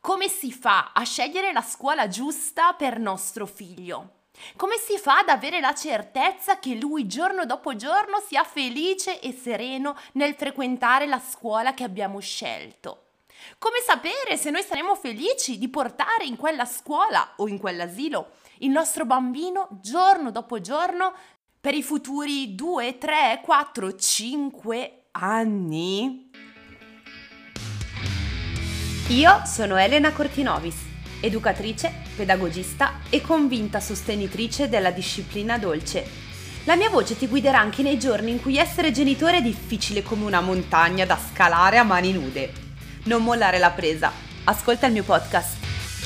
Come si fa a scegliere la scuola giusta per nostro figlio? Come si fa ad avere la certezza che lui giorno dopo giorno sia felice e sereno nel frequentare la scuola che abbiamo scelto? Come sapere se noi saremo felici di portare in quella scuola o in quell'asilo il nostro bambino giorno dopo giorno per i futuri 2, 3, 4, 5 anni? Io sono Elena Cortinovis, educatrice, pedagogista e convinta sostenitrice della disciplina dolce. La mia voce ti guiderà anche nei giorni in cui essere genitore è difficile come una montagna da scalare a mani nude. Non mollare la presa, ascolta il mio podcast.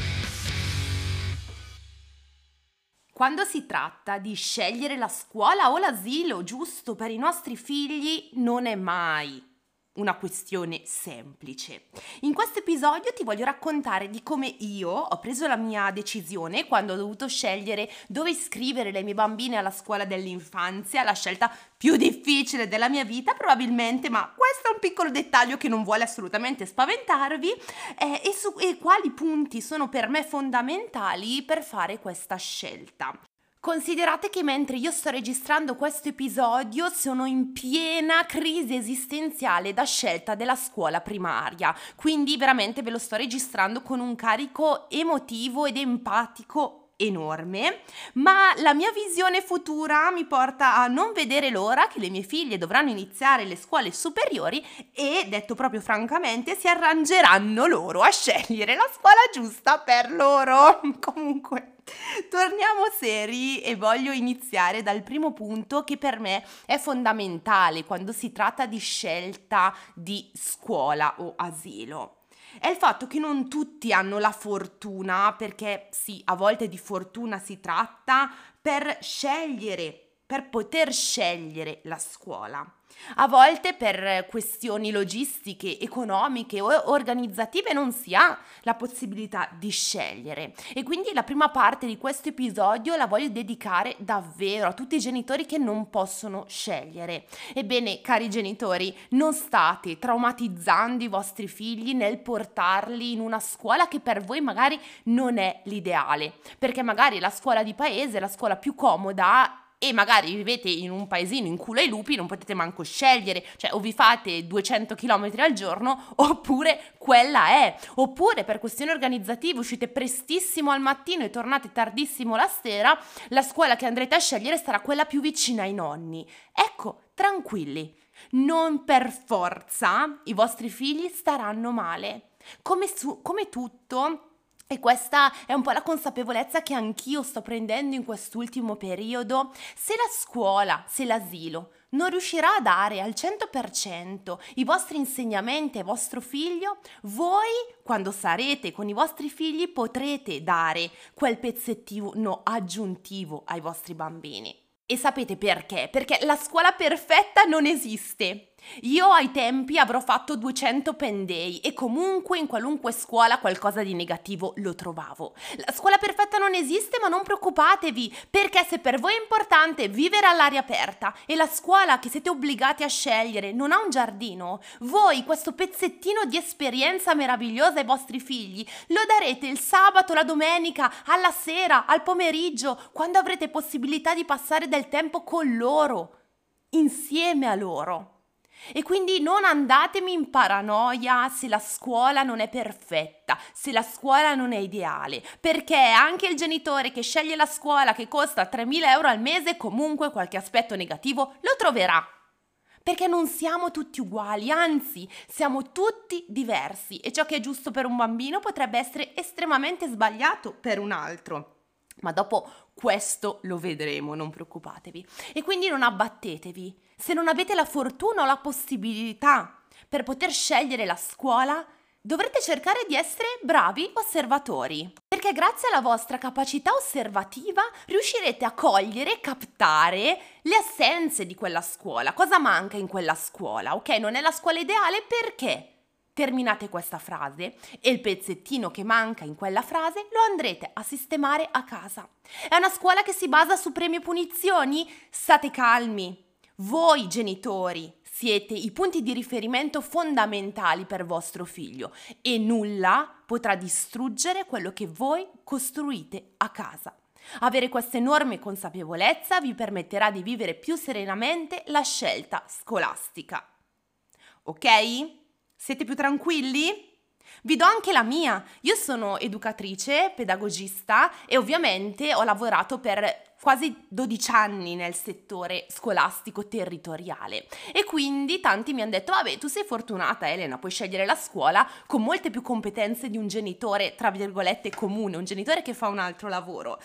Quando si tratta di scegliere la scuola o l'asilo giusto per i nostri figli, non è mai una questione semplice. In questo episodio ti voglio raccontare di come io ho preso la mia decisione quando ho dovuto scegliere dove iscrivere le mie bambine alla scuola dell'infanzia, la scelta più difficile della mia vita probabilmente, ma questo è un piccolo dettaglio che non vuole assolutamente spaventarvi, e quali punti sono per me fondamentali per fare questa scelta. Considerate che mentre io sto registrando questo episodio sono in piena crisi esistenziale da scelta della scuola primaria, quindi veramente ve lo sto registrando con un carico emotivo ed empatico enorme, ma la mia visione futura mi porta a non vedere l'ora che le mie figlie dovranno iniziare le scuole superiori e, detto proprio francamente, si arrangeranno loro a scegliere la scuola giusta per loro. Comunque, torniamo seri e voglio iniziare dal primo punto che per me è fondamentale quando si tratta di scelta di scuola o asilo. È il fatto che non tutti hanno la fortuna, perché sì, a volte di fortuna si tratta, per poter scegliere la scuola. A volte per questioni logistiche, economiche o organizzative non si ha la possibilità di scegliere. E quindi la prima parte di questo episodio la voglio dedicare davvero a tutti i genitori che non possono scegliere. Ebbene, cari genitori, non state traumatizzando i vostri figli nel portarli in una scuola che per voi magari non è l'ideale, perché magari la scuola di paese è la scuola più comoda e magari vivete in un paesino in culo ai lupi, non potete manco scegliere, cioè o vi fate 200 km al giorno oppure quella è, oppure per questioni organizzative uscite prestissimo al mattino e tornate tardissimo la sera, la scuola che andrete a scegliere sarà quella più vicina ai nonni. Ecco, tranquilli, non per forza i vostri figli staranno male, come tutto. E questa è un po' la consapevolezza che anch'io sto prendendo in quest'ultimo periodo. Se la scuola, se l'asilo non riuscirà a dare al 100% i vostri insegnamenti ai vostro figlio, voi, quando sarete con i vostri figli, potrete dare quel pezzettino aggiuntivo ai vostri bambini. E sapete perché? Perché la scuola perfetta non esiste. Io ai tempi avrò fatto 200 pen day e comunque in qualunque scuola qualcosa di negativo lo trovavo. La scuola perfetta non esiste, ma non preoccupatevi, perché se per voi è importante vivere all'aria aperta e la scuola che siete obbligati a scegliere non ha un giardino, voi questo pezzettino di esperienza meravigliosa ai vostri figli lo darete il sabato, la domenica, alla sera, al pomeriggio, quando avrete possibilità di passare del tempo con loro, insieme a loro. E quindi non andatemi in paranoia se la scuola non è perfetta, se la scuola non è ideale, perché anche il genitore che sceglie la scuola che costa 3.000 euro al mese comunque qualche aspetto negativo lo troverà. Perché non siamo tutti uguali, anzi siamo tutti diversi e ciò che è giusto per un bambino potrebbe essere estremamente sbagliato per un altro. Ma dopo questo lo vedremo, non preoccupatevi. E quindi non abbattetevi. Se non avete la fortuna o la possibilità per poter scegliere la scuola, dovrete cercare di essere bravi osservatori. Perché grazie alla vostra capacità osservativa riuscirete a cogliere e captare le assenze di quella scuola. Cosa manca in quella scuola? Ok, non è la scuola ideale perché? Terminate questa frase e il pezzettino che manca in quella frase lo andrete a sistemare a casa. È una scuola che si basa su premi e punizioni? State calmi. Voi genitori siete i punti di riferimento fondamentali per vostro figlio e nulla potrà distruggere quello che voi costruite a casa. Avere questa enorme consapevolezza vi permetterà di vivere più serenamente la scelta scolastica. Ok? Siete più tranquilli? Vi do anche la mia. Io sono educatrice, pedagogista e ovviamente ho lavorato per quasi 12 anni nel settore scolastico territoriale e quindi tanti mi hanno detto vabbè, tu sei fortunata Elena, puoi scegliere la scuola con molte più competenze di un genitore tra virgolette comune, un genitore che fa un altro lavoro.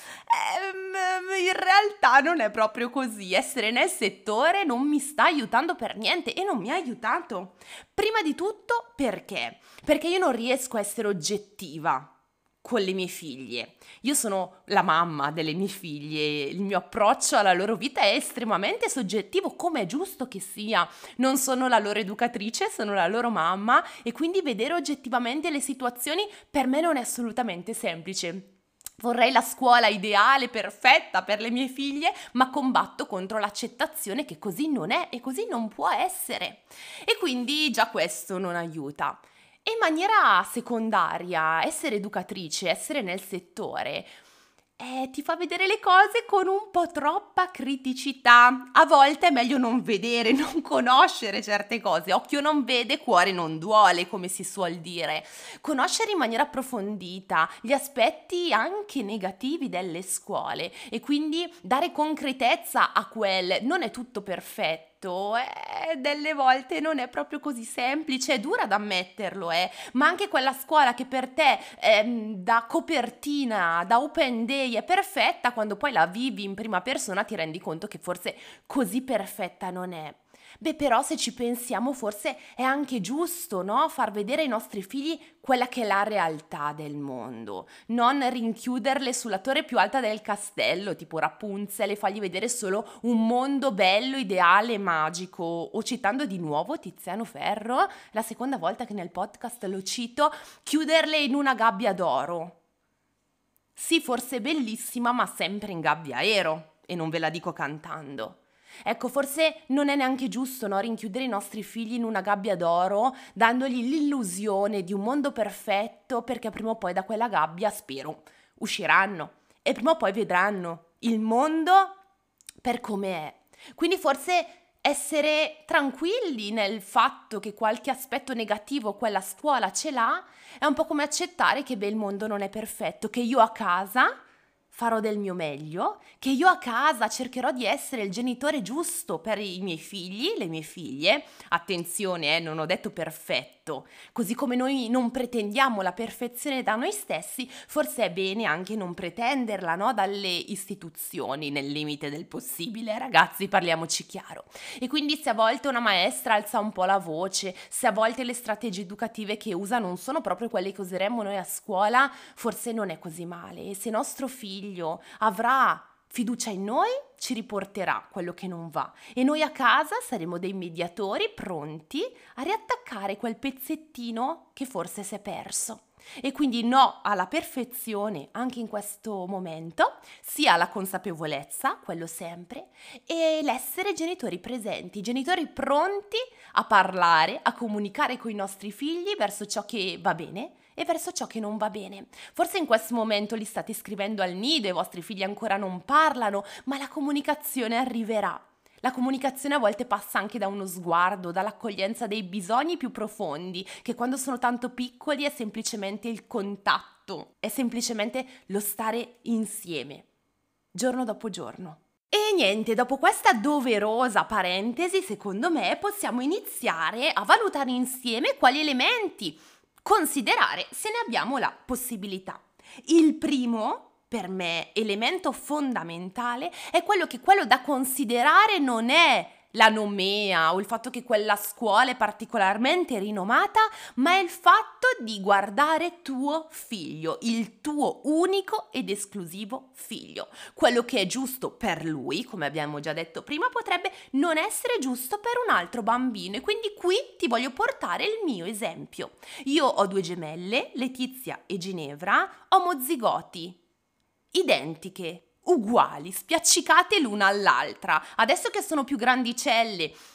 In realtà non è proprio così. Essere nel settore non mi sta aiutando per niente e non mi ha aiutato. Prima di tutto perché? Perché io non riesco a essere oggettiva con le mie figlie. Io sono la mamma delle mie figlie, il mio approccio alla loro vita è estremamente soggettivo, come è giusto che sia. Non sono la loro educatrice, sono la loro mamma e quindi vedere oggettivamente le situazioni per me non è assolutamente semplice. Vorrei la scuola ideale, perfetta per le mie figlie, ma combatto contro l'accettazione che così non è e così non può essere. E quindi già questo non aiuta. E in maniera secondaria, essere educatrice, essere nel settore, ti fa vedere le cose con un po' troppa criticità. A volte è meglio non vedere, non conoscere certe cose. Occhio non vede, cuore non duole, come si suol dire. Conoscere in maniera approfondita gli aspetti anche negativi delle scuole e quindi dare concretezza a quel non è tutto perfetto. Delle volte non è proprio così semplice, è dura da ammetterlo, ma anche quella scuola che per te da copertina, da open day è perfetta, quando poi la vivi in prima persona ti rendi conto che forse così perfetta non è. Beh, però se ci pensiamo forse è anche giusto, no? Far vedere ai nostri figli quella che è la realtà del mondo, non rinchiuderle sulla torre più alta del castello, tipo Rapunzel, e fargli vedere solo un mondo bello, ideale, magico. O citando di nuovo Tiziano Ferro, la seconda volta che nel podcast lo cito, chiuderle in una gabbia d'oro. Sì, forse bellissima, ma sempre in gabbia aero, e non ve la dico cantando. Ecco, forse non è neanche giusto, no, rinchiudere i nostri figli in una gabbia d'oro, dandogli l'illusione di un mondo perfetto, perché prima o poi da quella gabbia, spero, usciranno e prima o poi vedranno il mondo per come è. Quindi forse essere tranquilli nel fatto che qualche aspetto negativo quella scuola ce l'ha è un po' come accettare che il mondo non è perfetto, che io a casa farò del mio meglio, che io a casa cercherò di essere il genitore giusto per i miei figli, le mie figlie. Attenzione, non ho detto perfetto. Così come noi non pretendiamo la perfezione da noi stessi, forse è bene anche non pretenderla, no? Dalle istituzioni, nel limite del possibile, ragazzi, parliamoci chiaro. E quindi se a volte una maestra alza un po' la voce, se a volte le strategie educative che usa non sono proprio quelle che useremmo noi a scuola, forse non è così male. E se nostro figlio avrà fiducia in noi, ci riporterà quello che non va e noi a casa saremo dei mediatori pronti a riattaccare quel pezzettino che forse si è perso. E quindi no alla perfezione anche in questo momento, sia la consapevolezza, quello sempre, e l'essere genitori presenti, genitori pronti a parlare, a comunicare con i nostri figli verso ciò che va bene e verso ciò che non va bene. Forse in questo momento li state iscrivendo al nido e i vostri figli ancora non parlano, ma la comunicazione arriverà. La comunicazione a volte passa anche da uno sguardo, dall'accoglienza dei bisogni più profondi, che quando sono tanto piccoli è semplicemente il contatto, è semplicemente lo stare insieme, giorno dopo giorno. E niente, dopo questa doverosa parentesi, secondo me possiamo iniziare a valutare insieme quali elementi considerare se ne abbiamo la possibilità. Il primo, per me, elemento fondamentale è quello da considerare non è la nomea o il fatto che quella scuola è particolarmente rinomata, ma è il fatto di guardare tuo figlio, il tuo unico ed esclusivo figlio. Quello che è giusto per lui, come abbiamo già detto prima, potrebbe non essere giusto per un altro bambino e quindi qui ti voglio portare il mio esempio. Io ho 2 gemelle, Letizia e Ginevra, omozigoti, identiche, uguali, spiaccicate l'una all'altra. Adesso che sono più grandicelle,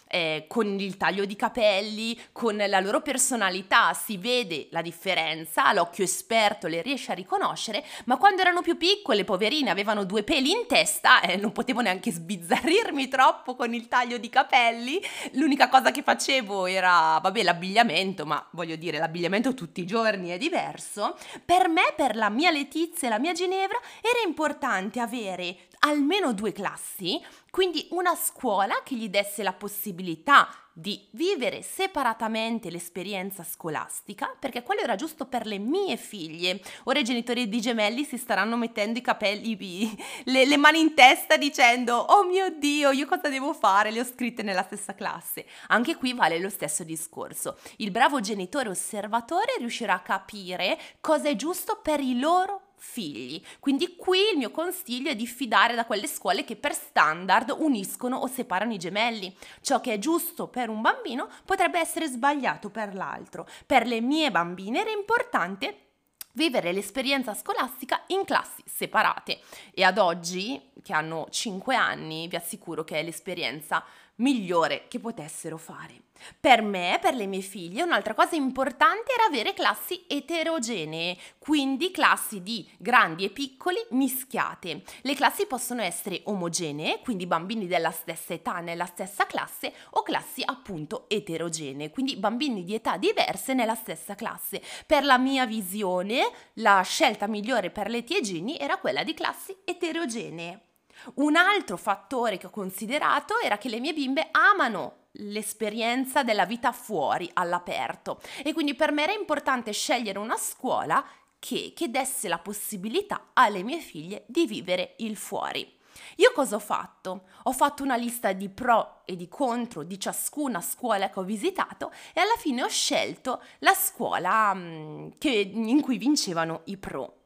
con il taglio di capelli, con la loro personalità, si vede la differenza, l'occhio esperto le riesce a riconoscere, ma quando erano più piccole, poverine, avevano 2 peli in testa e non potevo neanche sbizzarrirmi troppo con il taglio di capelli. L'unica cosa che facevo era, l'abbigliamento, ma voglio dire, l'abbigliamento tutti i giorni è diverso. Per me, per la mia Letizia e la mia Ginevra, era importante avere almeno 2 classi, quindi una scuola che gli desse la possibilità di vivere separatamente l'esperienza scolastica, perché quello era giusto per le mie figlie. Ora i genitori di gemelli si staranno mettendo i capelli, le mani in testa dicendo: oh mio Dio, io cosa devo fare? Le ho scritte nella stessa classe. Anche qui vale lo stesso discorso. Il bravo genitore osservatore riuscirà a capire cosa è giusto per i loro figli. Quindi qui il mio consiglio è di diffidare da quelle scuole che per standard uniscono o separano i gemelli. Ciò che è giusto per un bambino potrebbe essere sbagliato per l'altro. Per le mie bambine era importante vivere l'esperienza scolastica in classi separate e ad oggi, che hanno 5 anni, vi assicuro che è l'esperienza migliore che potessero fare. Per me, per le mie figlie, un'altra cosa importante era avere classi eterogenee, quindi classi di grandi e piccoli mischiate. Le classi possono essere omogenee, quindi bambini della stessa età nella stessa classe, o classi appunto eterogenee, quindi bambini di età diverse nella stessa classe. Per la mia visione, la scelta migliore per Leti e Ginny era quella di classi eterogenee. Un altro fattore che ho considerato era che le mie bimbe amano l'esperienza della vita fuori, all'aperto, e quindi per me era importante scegliere una scuola che desse la possibilità alle mie figlie di vivere il fuori. Io cosa ho fatto? Ho fatto una lista di pro e di contro di ciascuna scuola che ho visitato e alla fine ho scelto la scuola in cui vincevano i pro.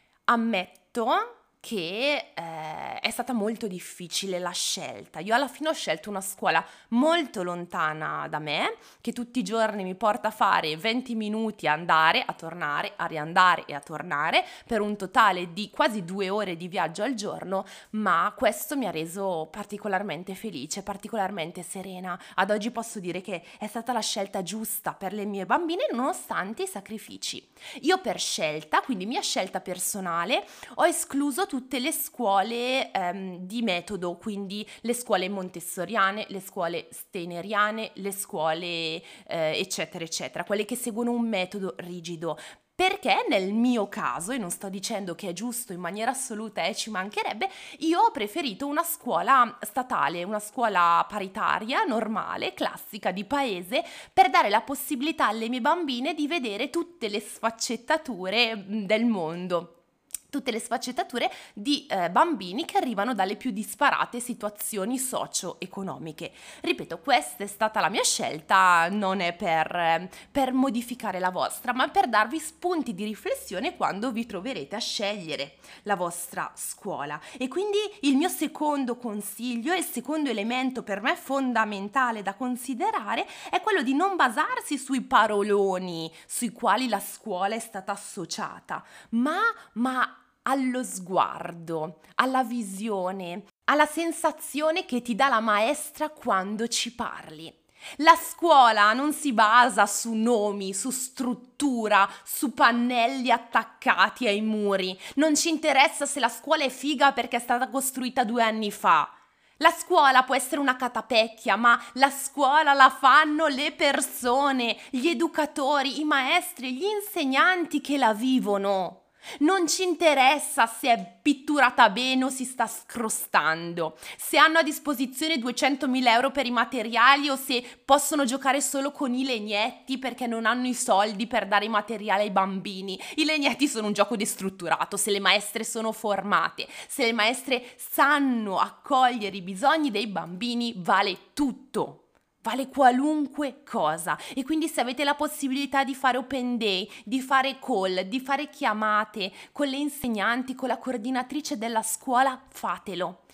Ammetto che è stata molto difficile la scelta. Io alla fine ho scelto una scuola molto lontana da me, che tutti i giorni mi porta a fare 20 minuti a andare, a tornare, a riandare e a tornare, per un totale di quasi 2 ore di viaggio al giorno, ma questo mi ha reso particolarmente felice, particolarmente serena. Ad oggi posso dire che è stata la scelta giusta per le mie bambine nonostante i sacrifici. Io per scelta, quindi mia scelta personale, ho escluso tutte le scuole di metodo, quindi le scuole montessoriane, le scuole steineriane, le scuole eccetera eccetera, quelle che seguono un metodo rigido. Perché nel mio caso, e non sto dicendo che è giusto in maniera assoluta e ci mancherebbe, io ho preferito una scuola statale, una scuola paritaria, normale, classica, di paese, per dare la possibilità alle mie bambine di vedere tutte le sfaccettature del mondo. Tutte le sfaccettature di bambini che arrivano dalle più disparate situazioni socio-economiche. Ripeto, questa è stata la mia scelta, non è per modificare la vostra, ma per darvi spunti di riflessione quando vi troverete a scegliere la vostra scuola. E quindi il mio secondo consiglio e il secondo elemento per me fondamentale da considerare è quello di non basarsi sui paroloni sui quali la scuola è stata associata, ma allo sguardo, alla visione, alla sensazione che ti dà la maestra quando ci parli. La scuola non si basa su nomi, su struttura, su pannelli attaccati ai muri. Non ci interessa se la scuola è figa perché è stata costruita 2 anni fa. La scuola può essere una catapecchia, ma la scuola la fanno le persone, gli educatori, i maestri, gli insegnanti che la vivono. Non ci interessa se è pitturata bene o si sta scrostando, se hanno a disposizione 200.000 euro per i materiali o se possono giocare solo con i legnetti perché non hanno i soldi per dare i materiali ai bambini. I legnetti sono un gioco destrutturato, se le maestre sono formate, se le maestre sanno accogliere i bisogni dei bambini, vale tutto. Vale qualunque cosa, e quindi se avete la possibilità di fare open day, di fare call, di fare chiamate con le insegnanti, con la coordinatrice della scuola, fatelo.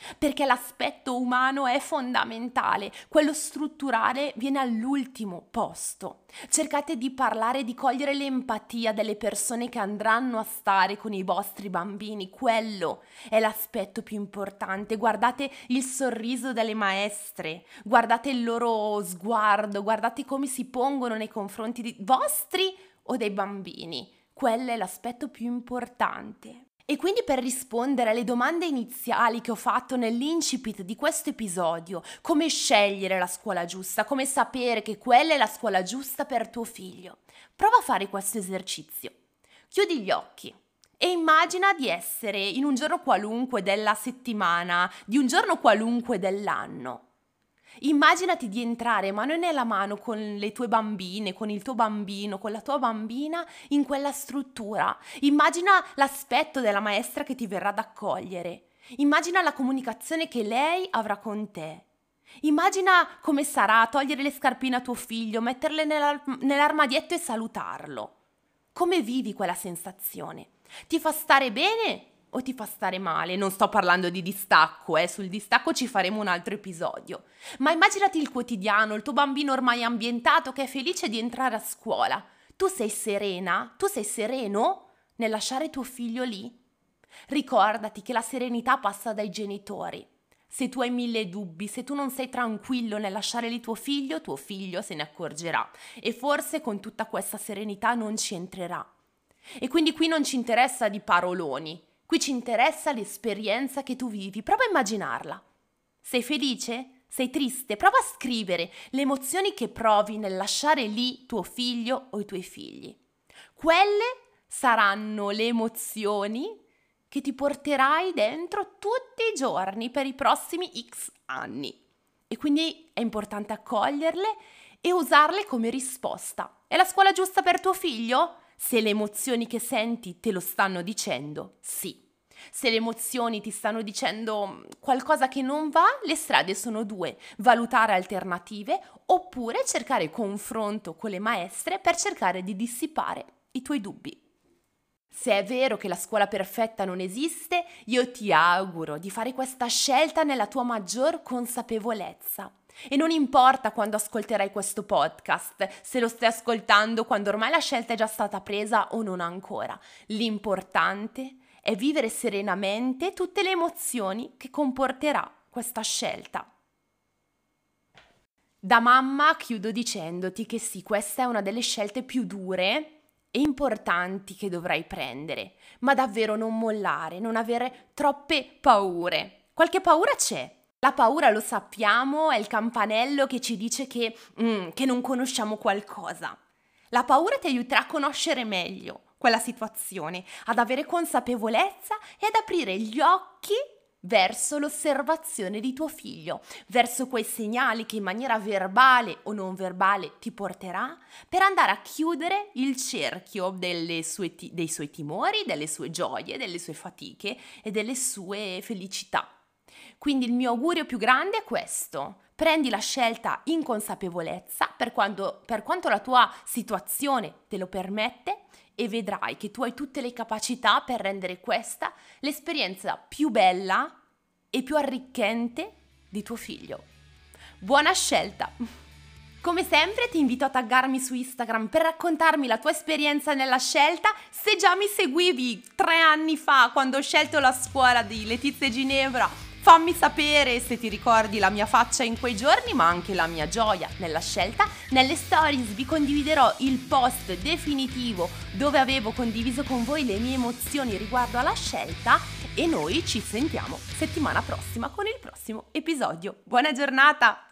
perché l'aspetto umano è fondamentale, quello strutturale viene all'ultimo posto. Cercate di parlare, di cogliere l'empatia delle persone che andranno a stare con i vostri bambini, quello è l'aspetto più importante. Guardate il sorriso delle maestre, guardate il loro sguardo, guardate come si pongono nei confronti di vostri o dei bambini, quello è l'aspetto più importante. E quindi per rispondere alle domande iniziali che ho fatto nell'incipit di questo episodio, come scegliere la scuola giusta, come sapere che quella è la scuola giusta per tuo figlio, prova a fare questo esercizio. Chiudi gli occhi e immagina di essere in un giorno qualunque della settimana, di un giorno qualunque dell'anno. Immaginati di entrare mano nella mano con le tue bambine, con il tuo bambino, con la tua bambina in quella struttura. Immagina l'aspetto della maestra che ti verrà ad accogliere. Immagina la comunicazione che lei avrà con te. Immagina come sarà togliere le scarpine a tuo figlio, metterle nell'armadietto e salutarlo. Come vivi quella sensazione? Ti fa stare bene o ti fa stare male? Non sto parlando di distacco, sul distacco ci faremo un altro episodio. Ma immaginati il quotidiano, il tuo bambino ormai ambientato che è felice di entrare a scuola. Tu sei serena? Tu sei sereno nel lasciare tuo figlio lì? Ricordati che la serenità passa dai genitori. Se tu hai 1000 dubbi, se tu non sei tranquillo nel lasciare lì tuo figlio se ne accorgerà e forse con tutta questa serenità non ci entrerà. E quindi qui non ci interessa di paroloni. Qui ci interessa l'esperienza che tu vivi, prova a immaginarla. Sei felice? Sei triste? Prova a scrivere le emozioni che provi nel lasciare lì tuo figlio o i tuoi figli. Quelle saranno le emozioni che ti porterai dentro tutti i giorni per i prossimi X anni. E quindi è importante accoglierle e usarle come risposta. È la scuola giusta per tuo figlio? Se le emozioni che senti te lo stanno dicendo, sì. Se le emozioni ti stanno dicendo qualcosa che non va, le strade sono due: valutare alternative oppure cercare confronto con le maestre per cercare di dissipare i tuoi dubbi. Se è vero che la scuola perfetta non esiste, io ti auguro di fare questa scelta nella tua maggior consapevolezza. E non importa quando ascolterai questo podcast, se lo stai ascoltando quando ormai la scelta è già stata presa o non ancora. L'importante è vivere serenamente tutte le emozioni che comporterà questa scelta. Da mamma chiudo dicendoti che sì, questa è una delle scelte più dure e importanti che dovrai prendere, ma davvero non mollare, non avere troppe paure. Qualche paura c'è. La paura, lo sappiamo, è il campanello che ci dice che non conosciamo qualcosa. La paura ti aiuterà a conoscere meglio quella situazione, ad avere consapevolezza e ad aprire gli occhi verso l'osservazione di tuo figlio, verso quei segnali che in maniera verbale o non verbale ti porterà per andare a chiudere il cerchio dei suoi timori, delle sue gioie, delle sue fatiche e delle sue felicità. Quindi il mio augurio più grande è questo: prendi la scelta in consapevolezza per quanto la tua situazione te lo permette e vedrai che tu hai tutte le capacità per rendere questa l'esperienza più bella e più arricchente di tuo figlio. Buona scelta! Come sempre ti invito a taggarmi su Instagram per raccontarmi la tua esperienza nella scelta. Se già mi seguivi 3 anni fa quando ho scelto la scuola di Letizia e Ginevra, fammi sapere se ti ricordi la mia faccia in quei giorni, ma anche la mia gioia nella scelta. Nelle stories vi condividerò il post definitivo dove avevo condiviso con voi le mie emozioni riguardo alla scelta e noi ci sentiamo settimana prossima con il prossimo episodio. Buona giornata!